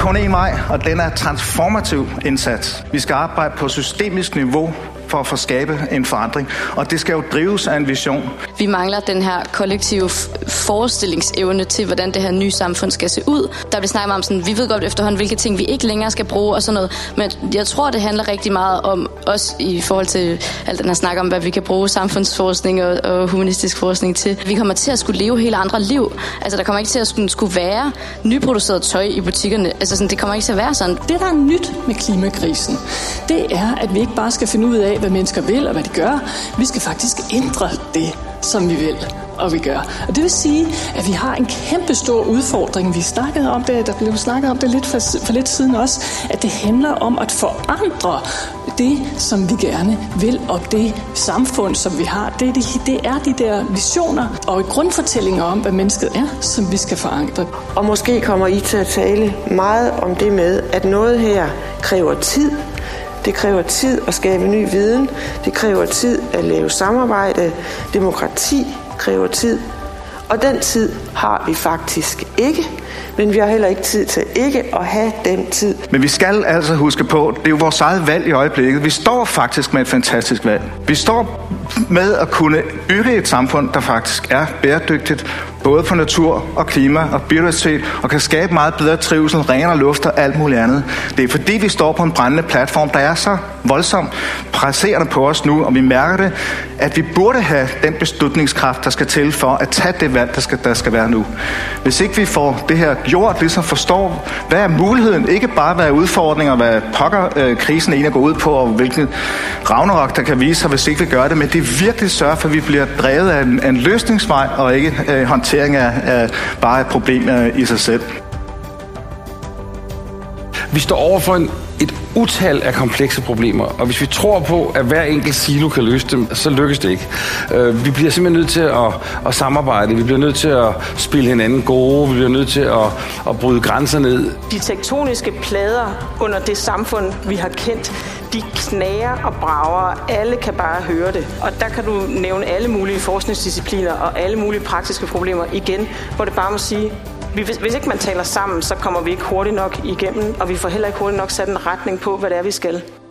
kun én vej, og den er transformativ indsats. Vi skal arbejde på systemisk niveau for at få skabe en forandring, og det skal jo drives af en vision. Vi mangler den her kollektive forestillingsevne til, hvordan det her nye samfund skal se ud. Der bliver snakket om sådan, vi ved godt efterhånden, hvilke ting vi ikke længere skal bruge og sådan noget, men jeg tror, det handler rigtig meget om os i forhold til al den her snak om, hvad vi kan bruge samfundsforskning og humanistisk forskning til. Vi kommer til at skulle leve helt andre liv. Altså, der kommer ikke til at skulle være nyproduceret tøj i butikkerne. Altså, sådan, det kommer ikke til at være sådan. Det, der er nyt med klimakrisen, det er, at vi ikke bare skal finde ud af, hvad mennesker vil og hvad de gør. Vi skal faktisk ændre det, som vi vil og vi gør. Og det vil sige, at vi har en kæmpe stor udfordring. Vi snakkede om det, der blev snakket om det lidt for lidt siden også, at det handler om at forandre det, som vi gerne vil, og det samfund, som vi har. Det er de der visioner og grundfortællinger om, hvad mennesket er, som vi skal forankre. Og måske kommer I til at tale meget om det med, at noget her kræver tid. Det kræver tid at skabe ny viden. Det kræver tid at lave samarbejde. Demokrati kræver tid. Og den tid har vi faktisk ikke. Men vi har heller ikke tid til ikke at have den tid. Men vi skal altså huske på, det er jo vores eget valg i øjeblikket. Vi står faktisk med et fantastisk valg. Vi står med at kunne bygge et samfund, der faktisk er bæredygtigt, både på natur og klima og biodiversitet, og kan skabe meget bedre trivsel, renere luft og alt muligt andet. Det er fordi, vi står på en brændende platform, der er så voldsomt presserende på os nu, og vi mærker det, at vi burde have den beslutningskraft, der skal til for at tage det valg, der skal være nu. Hvis ikke vi får det her gjort, ligesom forstår, hvad er muligheden, ikke bare hvad er udfordringer, hvad pokker krisen egentlig går ud på, og hvilken ragnarok, der kan vise sig, hvis ikke vi gør det, men det er virkelig sørge for, at vi bliver drevet af en løsningsvej, og ikke håndtering af bare et problem i sig selv. Vi står over for et utal af komplekse problemer, og hvis vi tror på, at hver enkelt silo kan løse dem, så lykkes det ikke. Vi bliver simpelthen nødt til at samarbejde, vi bliver nødt til at spille hinanden gode, vi bliver nødt til at bryde grænser ned. De tektoniske plader under det samfund, vi har kendt, de knager og brager, alle kan bare høre det. Og der kan du nævne alle mulige forskningsdiscipliner og alle mulige praktiske problemer igen, hvor det bare må sige, hvis ikke man taler sammen, så kommer vi ikke hurtigt nok igennem, og vi får heller ikke hurtigt nok sat en retning på, hvad det er, vi skal.